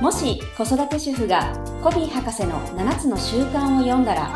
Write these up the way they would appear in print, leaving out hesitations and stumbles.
もし子育て主婦がコビー博士の7つの習慣を読んだら。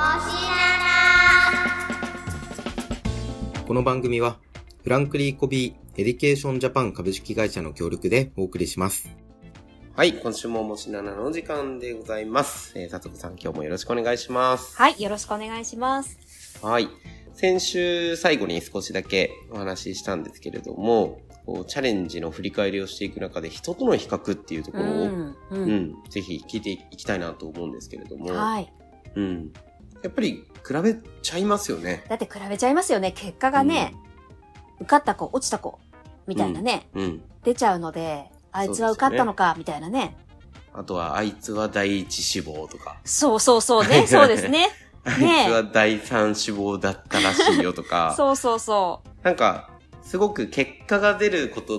この番組はフランクリー・コビー・エデュケーション・ジャパン株式会社の協力でお送りします。はい、今週ももしななの時間でございます。さとこさん、今日もよろしくお願いします。 はい、よろしくお願いします。 はい、先週最後に少しだけお話ししたんですけれども、チャレンジの振り返りをしていく中で人との比較っていうところを、ぜひ聞いていきたいなと思うんですけれども、 はい、 やっぱり比べちゃいますよね。 だって比べちゃいますよね。結果がね、受かった子、落ちた子みたいなね、出ちゃうので、あいつは受かったのか、みたいなね。 あとは、あいつは第一志望とか。 そうね、そうですね。 あいつは第三志望だったらしいよとか。 そう。 なんか、すごく結果が出ることって、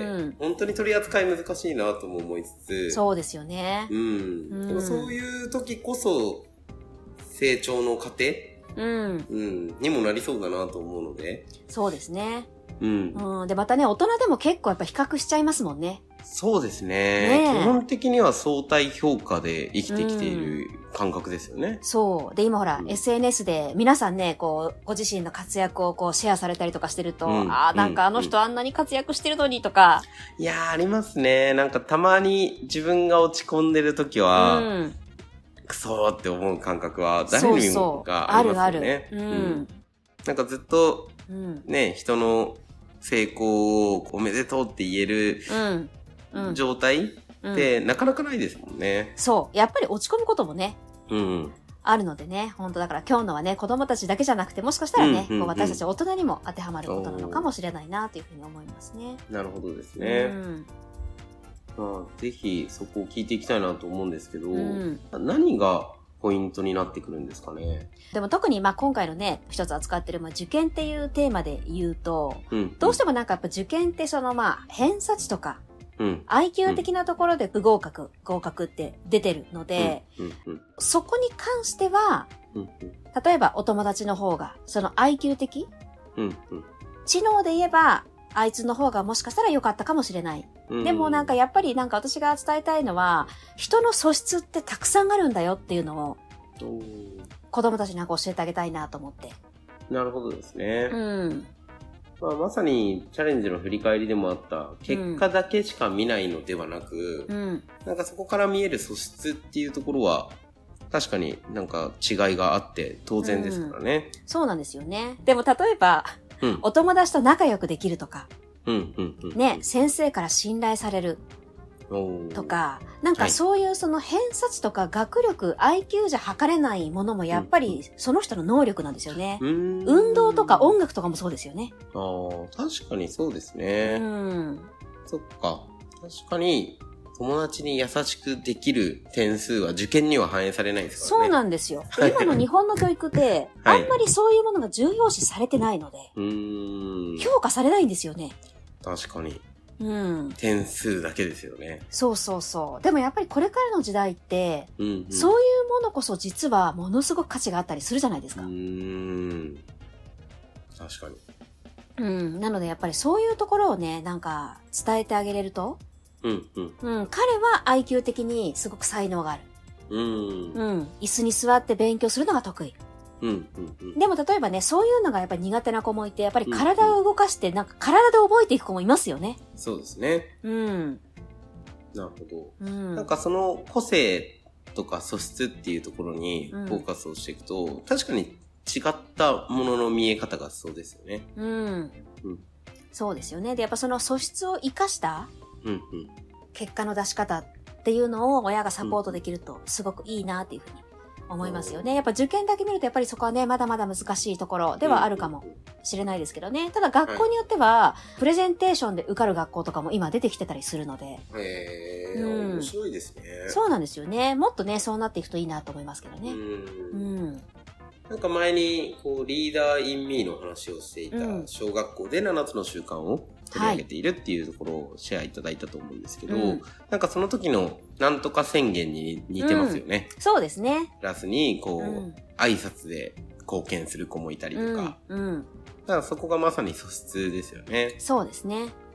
本当に取り扱い難しいなとも思いつつ。 そうですよね。 でもそういう時こそ、成長の過程、にもなりそうだなと思うので。 そうですね。で、またね、大人でも結構やっぱ比較しちゃいますもんね。 そうですね。基本的には相対評価で生きてきている感覚ですよね。 そう。で、今ほら、SNS で皆さんね、こう、ご自身の活躍をこうシェアされたりとかしてると、なんかあの人あんなに活躍してるのにとか。 いやー、ありますね。なんかたまに自分が落ち込んでる時は、クソーって思う感覚は誰にもがありますよね。なんかずっと、ね、人の成功をおめでとうって言える状態ってなかなかないですもんね。 そう。やっぱり落ち込むこともね、あるのでね、本当だから今日のはね、子供たちだけじゃなくて、もしかしたらね、私たち大人にも当てはまることなのかもしれないなというふうに思いますね。 なるほどですね。ぜひそこを聞いていきたいなと思うんですけど、何がポイントになってくるんですかね。 でも特に今回のね、一つ扱ってる受験っていうテーマで言うと、どうしてもなんかやっぱ受験って偏差値とか、IQ 的なところで不合格、合格って出てるので、そこに関しては、例えばお友達の方が、その IQ 的、知能で言えば、あいつの方がもしかしたら良かったかもしれない。でもなんかやっぱりなんか私が伝えたいのは、人の素質ってたくさんあるんだよっていうのを、子供たちになんか教えてあげたいなと思って。 なるほどですね。まさにチャレンジの振り返りでもあった結果だけしか見ないのではなく、なんかそこから見える素質っていうところは確かになんか違いがあって当然ですからね。 そうなんですよね。でも例えば、お友達と仲良くできるとか、ね、先生から信頼されるとか、なんかそういうその偏差値とか学力、IQ じゃ測れないものもやっぱりその人の能力なんですよね。運動とか音楽とかもそうですよね。 確かにそうですね。そっか。確かに友達に優しくできる点数は受験には反映されないですからね。 そうなんですよ。今の日本の教育って、あんまりそういうものが重要視されてないので、評価されないんですよね。 確かに。点数だけですよね。 そう。でもやっぱりこれからの時代って、そういうものこそ実はものすごく価値があったりするじゃないですか。 確かに。なのでやっぱりそういうところをね、なんか伝えてあげれると、彼は IQ 的にすごく才能がある。椅子に座って勉強するのが得意。でも例えばね、そういうのがやっぱり苦手な子もいて、やっぱり体を動かして、なんか体で覚えていく子もいますよね。 そうですね。なるほど。なんかその個性とか素質っていうところにフォーカスをしていくと、確かに違ったものの見え方がそうですよね。 そうですよね。で、やっぱその素質を活かした結果の出し方っていうのを親がサポートできるとすごくいいなっていうふうに思いますよね。やっぱ受験だけ見るとやっぱりそこはね、まだまだ難しいところではあるかもしれないですけどね。ただ学校によっては、プレゼンテーションで受かる学校とかも今出てきてたりするので。 面白いですね。 そうなんですよね。もっとね、そうなっていくといいなと思いますけどね。 なんか前にリーダーインミーの話をしていた小学校で7つの習慣を取り上げているっていうところをシェアいただいたと思うんですけど、なんかその時のなんとか宣言に似てますよね。 そうですね。 クラスに挨拶で貢献する子もいたりとか、だからそこがまさに素質ですよね。 そうですね。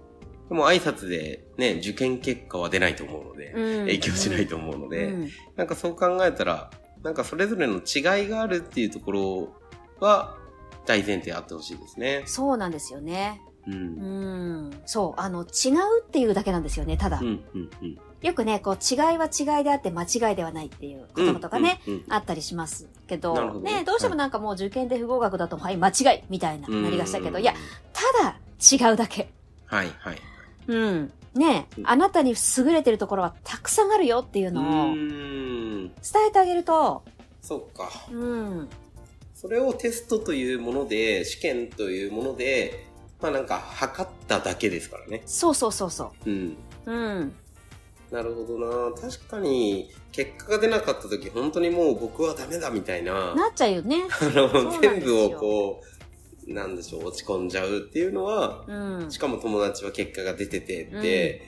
でも挨拶でね、受験結果は出ないと思うので、影響しないと思うので、なんかそう考えたら、なんかそれぞれの違いがあるっていうところは大前提あってほしいですね。 そうなんですよね。そう、違うっていうだけなんですよね、ただ。よくね、こう、違いは違いであって間違いではないっていう言葉とかね、あったりしますけど、ね、どうしてもなんかもう受験で不合格だと、はい、間違いみたいな、なりがちだけど、いや、ただ違うだけ。 はいはい。 ね、あなたに優れてるところはたくさんあるよっていうのを、伝えてあげると、 そうか。それをテストというもので、試験というもので、まあなんか測っただけですからね。 そう。 なるほどな。確かに結果が出なかった時本当にもう僕はダメだみたいな。 なっちゃうよね。 全部をこう、なんでしょう、落ち込んじゃうっていうのは、しかも友達は結果が出ててって、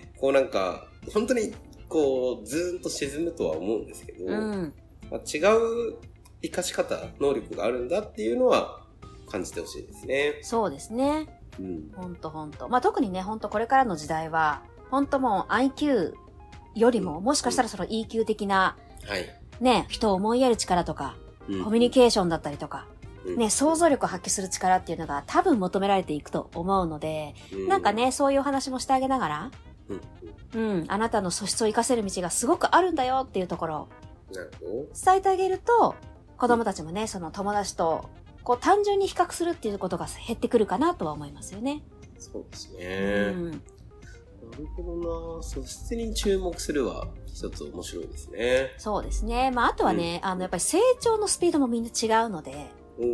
こうなんか、本当にこう、ずーんと沈むとは思うんですけど、まあ、違う生かし方、能力があるんだっていうのは感じてほしいですね。 そうですね。ほんと。まあ、特にね、ほんとこれからの時代は、ほんともう IQ よりも、もしかしたらその EQ 的な、ね、人を思いやる力とか、コミュニケーションだったりとか、ね、想像力を発揮する力っていうのが多分求められていくと思うので、なんかね、そういうお話もしてあげながら、あなたの素質を活かせる道がすごくあるんだよっていうところを伝えてあげると、子供たちもね、その友達と、こう単純に比較するっていうことが減ってくるかなとは思いますよね。 そうですね。なるほどな。素質に注目するは一つ面白いですね。 そうですね。まああとはね、やっぱり成長のスピードもみんな違うので、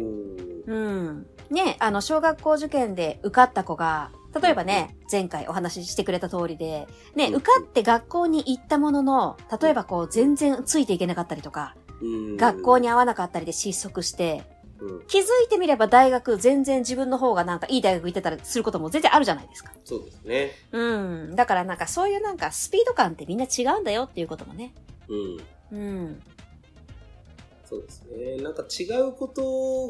ね、小学校受験で受かった子が、例えばね、前回お話ししてくれた通りで、ね、受かって学校に行ったものの、例えばこう全然ついていけなかったりとか、学校に合わなかったりで失速して、気づいてみれば大学全然自分の方がなんかいい大学行ってたりすることも全然あるじゃないですか。 そうですね。 だからなんかそういうなんかスピード感ってみんな違うんだよっていうこともね。 そうですね。なんか違うこと、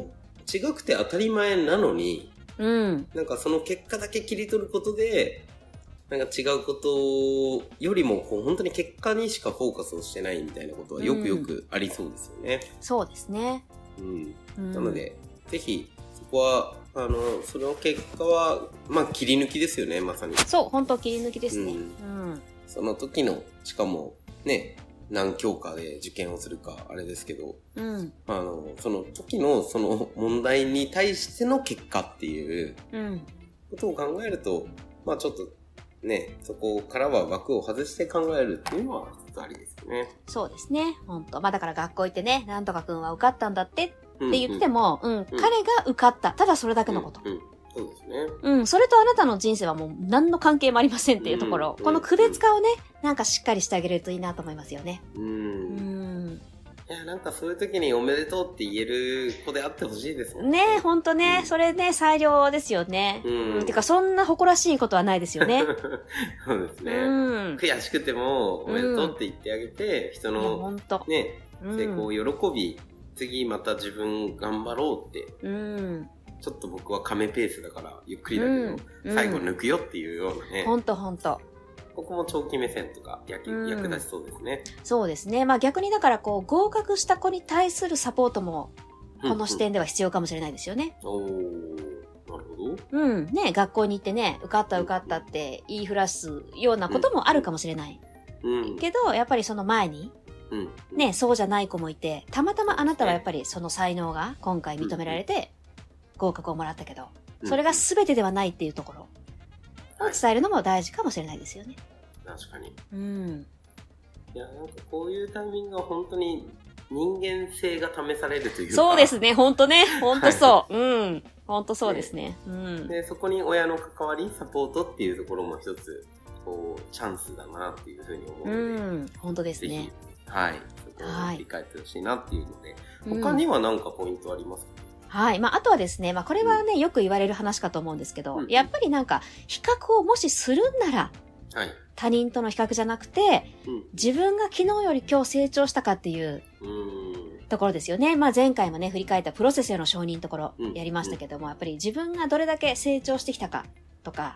違くて当たり前なのに、なんかその結果だけ切り取ることで、なんか違うことよりもこう本当に結果にしかフォーカスをしてないみたいなことはよくよくありそうですよね。 そうですね。 なので、ぜひそこはその結果はまあ切り抜きですよね、まさに。 そう、本当切り抜きですね。 その時の、しかもね、何教科で受験をするかあれですけど、その時のその問題に対しての結果っていうことを考えると、まあちょっとね、そこからは枠を外して考えるっていうのは一つありですよね。 そうですね。本当。まあだから学校行ってね、なんとかくんは受かったんだってって言っても、彼が受かった。ただそれだけのこと。 そうですね。 それとあなたの人生はもう何の関係もありませんっていうところ。この区別化をね、なんかしっかりしてあげれるといいなと思いますよね。 いや、なんかそういう時におめでとうって言える子であってほしいですもんね。ほんとね、それね、最良ですよね。てか、そんな誇らしいことはないですよね。 そうですね。悔しくても、おめでとうって言ってあげて、人のね、成功を喜び、次また自分頑張ろうって。ちょっと僕は亀ペースだからゆっくりだけど、最後抜くよっていうようなね。 ほんと。 ここも長期目線とか役立ちそうですね。 そうですね。まあ逆にだからこう合格した子に対するサポートもこの視点では必要かもしれないですよね。 なるほど。 ね、学校に行ってね、受かったって言いふらすようなこともあるかもしれない。けど、やっぱりその前に、ね、そうじゃない子もいて、たまたまあなたはやっぱりその才能が今回認められて、合格をもらったけど、それが全てではないっていうところを伝えるのも大事かもしれないですよね。 確かに。いや、なんかこういうタイミングは本当に人間性が試されるというか。 そうですね、本当ね。本当そう。本当そうですね。 で、そこに親の関わり、サポートっていうところも一つ、こう、チャンスだなっていうふうに思うので。 本当ですね。 はい。そこを振り返ってほしいなっていうので、他には何かポイントありますか？ はい。まあ、あとはですね、まあ、これはね、よく言われる話かと思うんですけど、やっぱりなんか、比較をもしするんなら、他人との比較じゃなくて、自分が昨日より今日成長したかっていうところですよね。まあ、前回もね、振り返ったプロセスへの承認のところやりましたけども、やっぱり自分がどれだけ成長してきたかとか、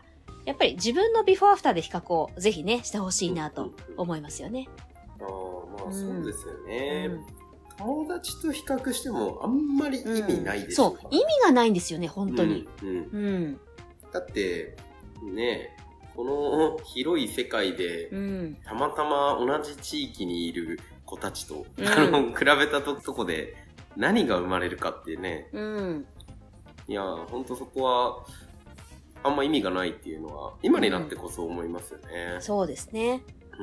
やっぱり自分のビフォーアフターで比較をぜひね、してほしいなと思いますよね。 まあそうですよね。友達と比較してもあんまり意味ないですよね。 そう、意味がないんですよね、本当に。 だって、ね、この広い世界で、たまたま同じ地域にいる子たちと、比べたとこで何が生まれるかってね。いや、ほんとそこは、あんま意味がないっていうのは、今になってこそ思いますよね。 そうですね。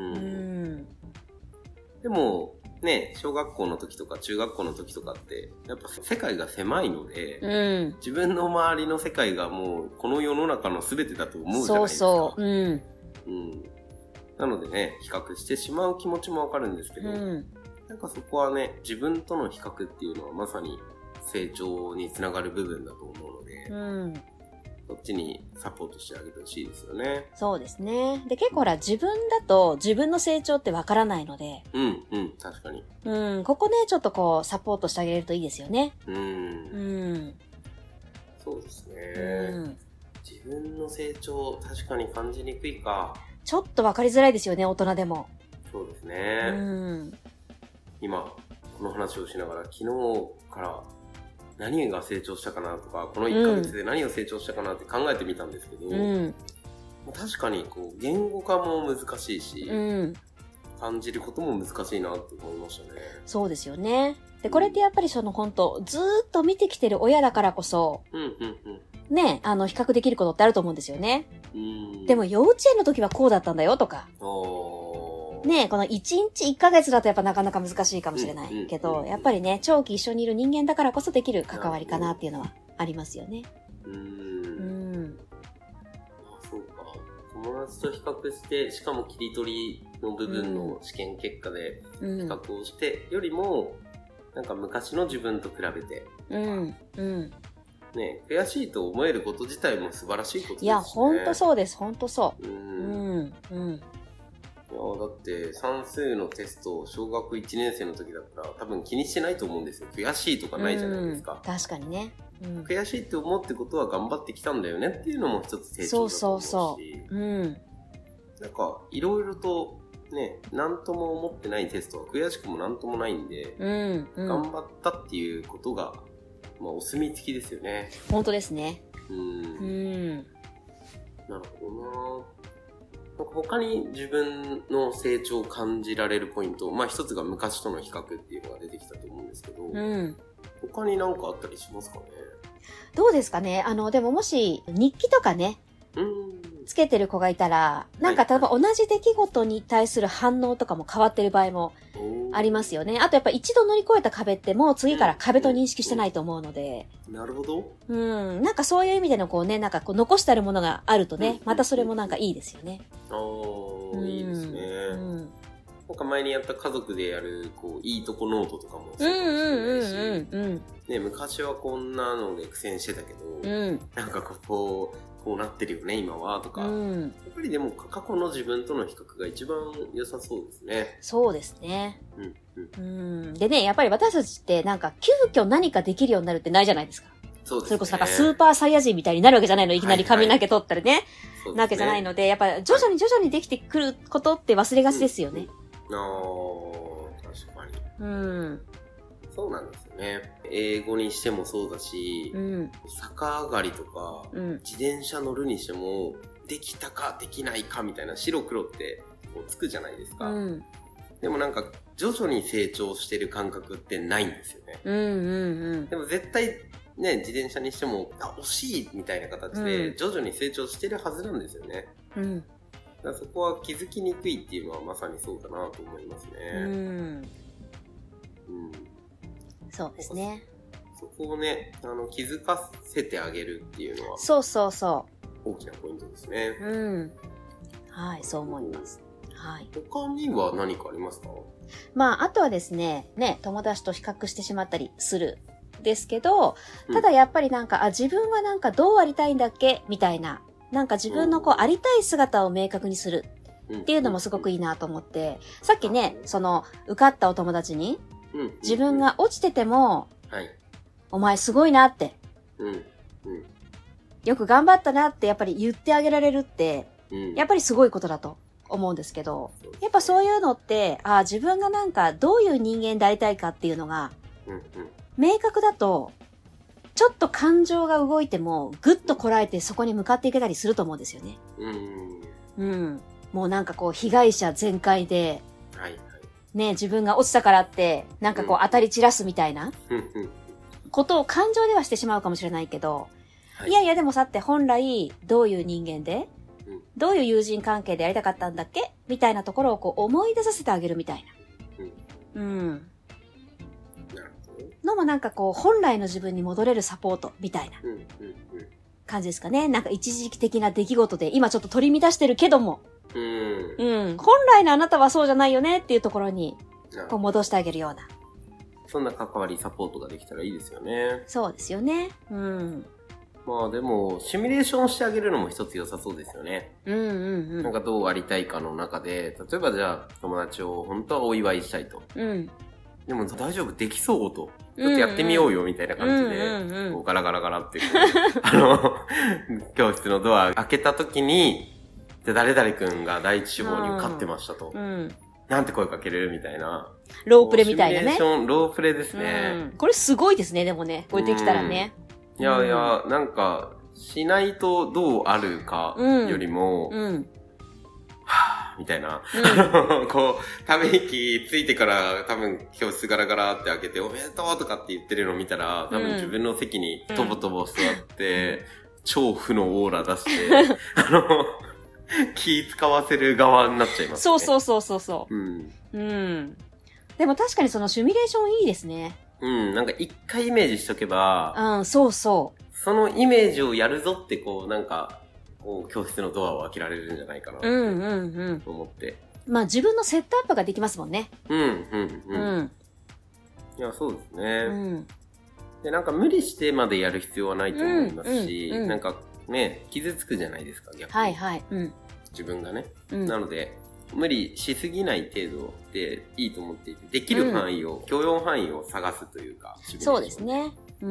でも、ね、小学校の時とか中学校の時とかって、やっぱ世界が狭いので、自分の周りの世界がもうこの世の中の全てだと思うじゃないですか。そう。なのでね、比較してしまう気持ちもわかるんですけど、なんかそこはね、自分との比較っていうのはまさに成長につながる部分だと思うので、そっちにサポートしてあげてほしいですよね。 そうですね。で、結構ほら、自分だと自分の成長ってわからないので。 確かに。 ここね、ちょっとこう、サポートしてあげるといいですよね。 そうですね。自分の成長、確かに感じにくいか。 ちょっとわかりづらいですよね、大人でも。 そうですね。今、この話をしながら、昨日から何が成長したかなとか、この1ヶ月で何を成長したかなって考えてみたんですけど、確かにこう言語化も難しいし、感じることも難しいなって思いましたね。 そうですよね。で、これってやっぱりその本当ずーっと見てきてる親だからこそ、ね、比較できることってあると思うんですよね。でも幼稚園の時はこうだったんだよとか。ね、この1日1ヶ月だとやっぱなかなか難しいかもしれないけど、やっぱりね、長期一緒にいる人間だからこそできる関わりかなっていうのはありますよね。 そうか。友達と比較して、しかも切り取りの部分の試験結果で比較をしてよりも、なんか昔の自分と比べて、ね、悔しいと思えること自体も素晴らしいことですね。 いや、ほんとそうです、ほんとそう。 いやだって算数のテスト小学1年生の時だったら多分気にしてないと思うんですよ。悔しいとかないじゃないですか。 確かにね。 悔しいって思うってことは頑張ってきたんだよねっていうのも一つ成長だと思うし。そうなんかいろいろとね、なんとも思ってないテストは悔しくもなんともないんで、頑張ったっていうことが、まあお墨付きですよね。 本当ですね。 なるほどな。なんか他に自分の成長を感じられるポイント、まあ一つが昔との比較っていうのが出てきたと思うんですけど、他に何かあったりしますかね？ どうですかね。でももし日記とかね、つけてる子がいたら、なんか例えば同じ出来事に対する反応とかも変わってる場合もありますよね。あとやっぱ一度乗り越えた壁ってもう次から壁と認識してないと思うので。 なるほど。 なんかそういう意味でのこうね、なんかこう残してあるものがあるとね、またそれもなんかいいですよね。 いいですね。なんか前にやった家族でやる、こう、いいとこノートとかもそうかもしれないし、ね、昔はこんなので苦戦してたけど、なんかこうなってるよね、今は、とか。やっぱりでも過去の自分との比較が一番良さそうですね。 そうですね。でね、やっぱり私たちってなんか急遽何かできるようになるってないじゃないですか。そうですね。それこそなんかスーパーサイヤ人みたいになるわけじゃないの。いきなり髪の毛取ったりね。なわけじゃないので、やっぱ徐々にできてくることって忘れがちですよね。 確かに。そうなんですよね。英語にしてもそうだし、逆上がりとか、自転車乗るにしても、できたかできないかみたいな白黒ってこうつくじゃないですか。でもなんか徐々に成長してる感覚ってないんですよね。でも絶対ね、自転車にしても、惜しいみたいな形で徐々に成長してるはずなんですよね。だからそこは気づきにくいっていうのはまさにそうだなと思いますね。 そうですね。 そこをね、気づかせてあげるっていうのは、大きなポイントですね。 はい、そう思います。はい。 他には何かありますか？ まあ、あとはですね、友達と比較してしまったりする。ですけど、ただやっぱりなんか、自分はなんかどうありたいんだっけみたいな、なんか自分のこうありたい姿を明確にするっていうのもすごくいいなと思って、さっきね、受かったお友達に、自分が落ちてても、お前すごいなって、 よく頑張ったなってやっぱり言ってあげられるって、やっぱりすごいことだと思うんですけど、やっぱそういうのって、自分がなんかどういう人間でありたいかっていうのが、明確だと、ちょっと感情が動いても、ぐっとこらえてそこに向かっていけたりすると思うんですよね。もうなんかこう、被害者全開で、ね、自分が落ちたからって、なんかこう、当たり散らすみたいな、ことを感情ではしてしまうかもしれないけど、いやいやでもさって本来、どういう人間で、どういう友人関係でやりたかったんだっけみたいなところをこう思い出させてあげるみたいな。のもなんかこう、本来の自分に戻れるサポートみたいな感じですかね。なんか一時的な出来事で今ちょっと取り乱してるけども、本来のあなたはそうじゃないよねっていうところに、こう戻してあげるような。 そんな関わりサポートができたらいいですよね。 そうですよね。 まあでも、シミュレーションしてあげるのも一つ良さそうですよね。なんかどうありたいかの中で、例えばじゃあ友達を本当はお祝いしたいと。でも大丈夫できそうと。ちょっとやってみようよみたいな感じで、こうガラガラガラってこう、教室のドア開けた時に、じゃあ誰々くんが第一志望に受かってましたと。なんて声かけるみたいな。 ロープレみたいなね。 シミュレーション、ロープレですね。 これすごいですね、でもね。これできたらね。 いやいや、なんか、しないとどうあるかよりも、はぁ、みたいな。こう、ため息ついてから多分教室ガラガラって開けておめでとうとかって言ってるのを見たら、多分自分の席にとぼとぼ座って、超負のオーラ出して、気使わせる側になっちゃいますね。 そう。でも確かにそのシミュレーションいいですね。 なんか一回イメージしとけば、 そのイメージをやるぞってこう、なんか、こう、教室のドアを開けられるんじゃないかなと思って。 まあ自分のセットアップができますもんね。 いや、そうですね。で、なんか無理してまでやる必要はないと思いますし、なんかね、傷つくじゃないですか、逆に。自分がね。なので、無理しすぎない程度でいいと思っていて、できる範囲を、許容範囲を探すというか、 そうですね。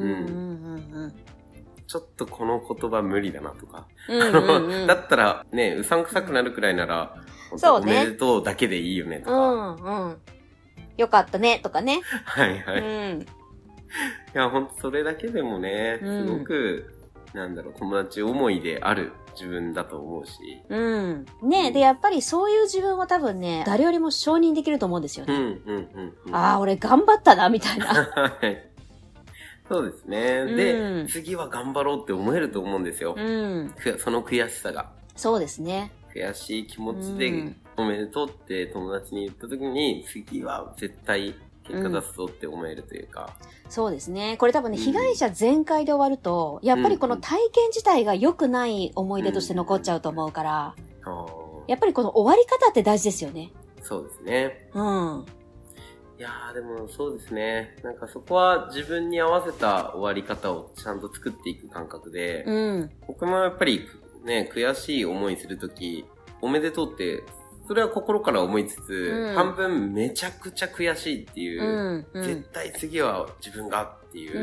ちょっとこの言葉無理だなとか。だったらね、うさんくさくなるくらいなら、おめでとうだけでいいよねとか。 よかったねとかね。 いや、ほんとそれだけでもね、すごく、なんだろう、友達思いである自分だと思うし。 ねで、やっぱりそういう自分は多分ね、誰よりも承認できると思うんですよね。俺頑張ったな、みたいな。 そうですね。で、次は頑張ろうって思えると思うんですよ。その悔しさが。 そうですね。 悔しい気持ちで、おめでとうって友達に言った時に、次は絶対結果出すぞって思えるというか。 そうですね。これ多分ね、被害者全開で終わると、やっぱりこの体験自体が良くない思い出として残っちゃうと思うから、やっぱりこの終わり方って大事ですよね。 そうですね。いやーでもそうですね。なんかそこは自分に合わせた終わり方をちゃんと作っていく感覚で、僕もやっぱりね、悔しい思いするとき、おめでとうって、それは心から思いつつ、半分めちゃくちゃ悔しいっていう、絶対次は自分がっていう、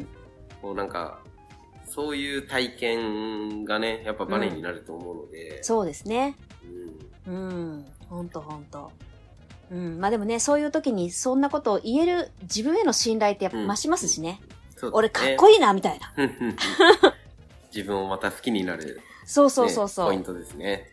こうなんか、そういう体験がね、やっぱバネになると思うので。 そうですね。ほんと。まあでもね、そういう時にそんなことを言える自分への信頼ってやっぱ増しますしね。俺かっこいいな、みたいな。 自分をまた好きになる。 そう。 ポイントですね。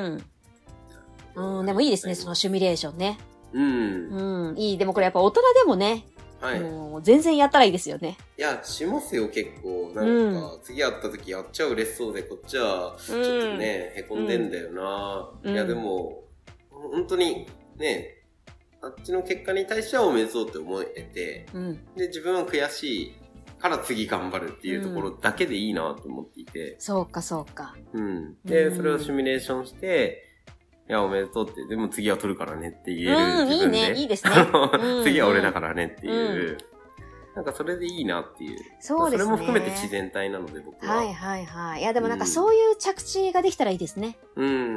でもいいですね、そのシミュレーションね。いい。でもこれやっぱ大人でもね、もう全然やったらいいですよね。 いや、しますよ、結構。なんか、次会った時やっちゃ嬉しそうで、こっちは、ちょっとね、凹んでんだよな。いや、でも、本当に、ね、あっちの結果に対してはおめでとうって思えて、で、自分は悔しいから次頑張るっていうところだけでいいなと思っていて。 そうか。 で、それをシミュレーションして、いや、おめでとうって、でも次は取るからねって言える自分で。 いいですね。 次は俺だからねっていう。なんかそれでいいなっていう。 そうですね。 それも含めて自然体なので僕は。 いや、でもなんかそういう着地ができたらいいですね。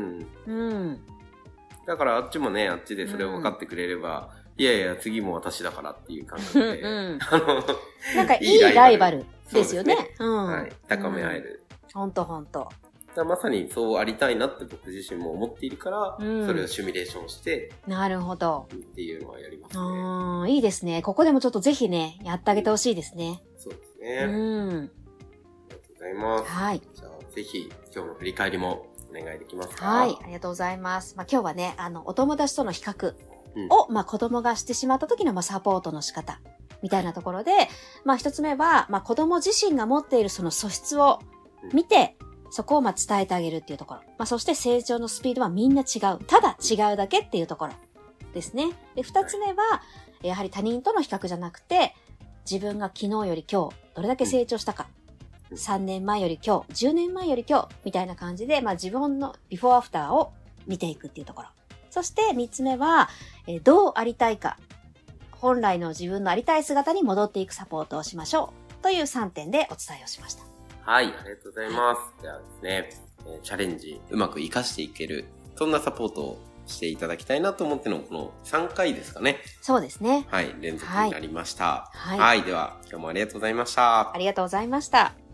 だからあっちもね、あっちでそれを分かってくれれば、いやいや、次も私だからっていう感覚で。 なんかいいライバルですよね。 高め合えるほんとほんと。 まさにそうありたいなって僕自身も思っているから、それをシミュレーションして。 なるほど。 っていうのはやりますね。 いいですね。ここでもちょっとぜひね、やってあげてほしいですね。 そうですね。ありがとうございます。 はい。 じゃあ、ぜひ今日の振り返りもお願いできますか？ はい。ありがとうございます。今日はね、お友達との比較を、子供がしてしまった時のサポートの仕方みたいなところで、一つ目は、子供自身が持っているその素質を見て、そこを伝えてあげるっていうところ。そして成長のスピードはみんな違う。ただ違うだけっていうところですね。で、二つ目は、やはり他人との比較じゃなくて、自分が昨日より今日どれだけ成長したか。3年前より今日、10年前より今日みたいな感じで、自分のビフォーアフターを見ていくっていうところ。そして三つ目は、どうありたいか。本来の自分のありたい姿に戻っていくサポートをしましょう。という3点でお伝えをしました。 はい、ありがとうございます。ではですね、チャレンジうまく活かしていける、そんなサポートをしていただきたいなと思ってのこの3回ですかね。 そうですね。 はい、連続になりました。はい。では、今日もありがとうございました。 ありがとうございました。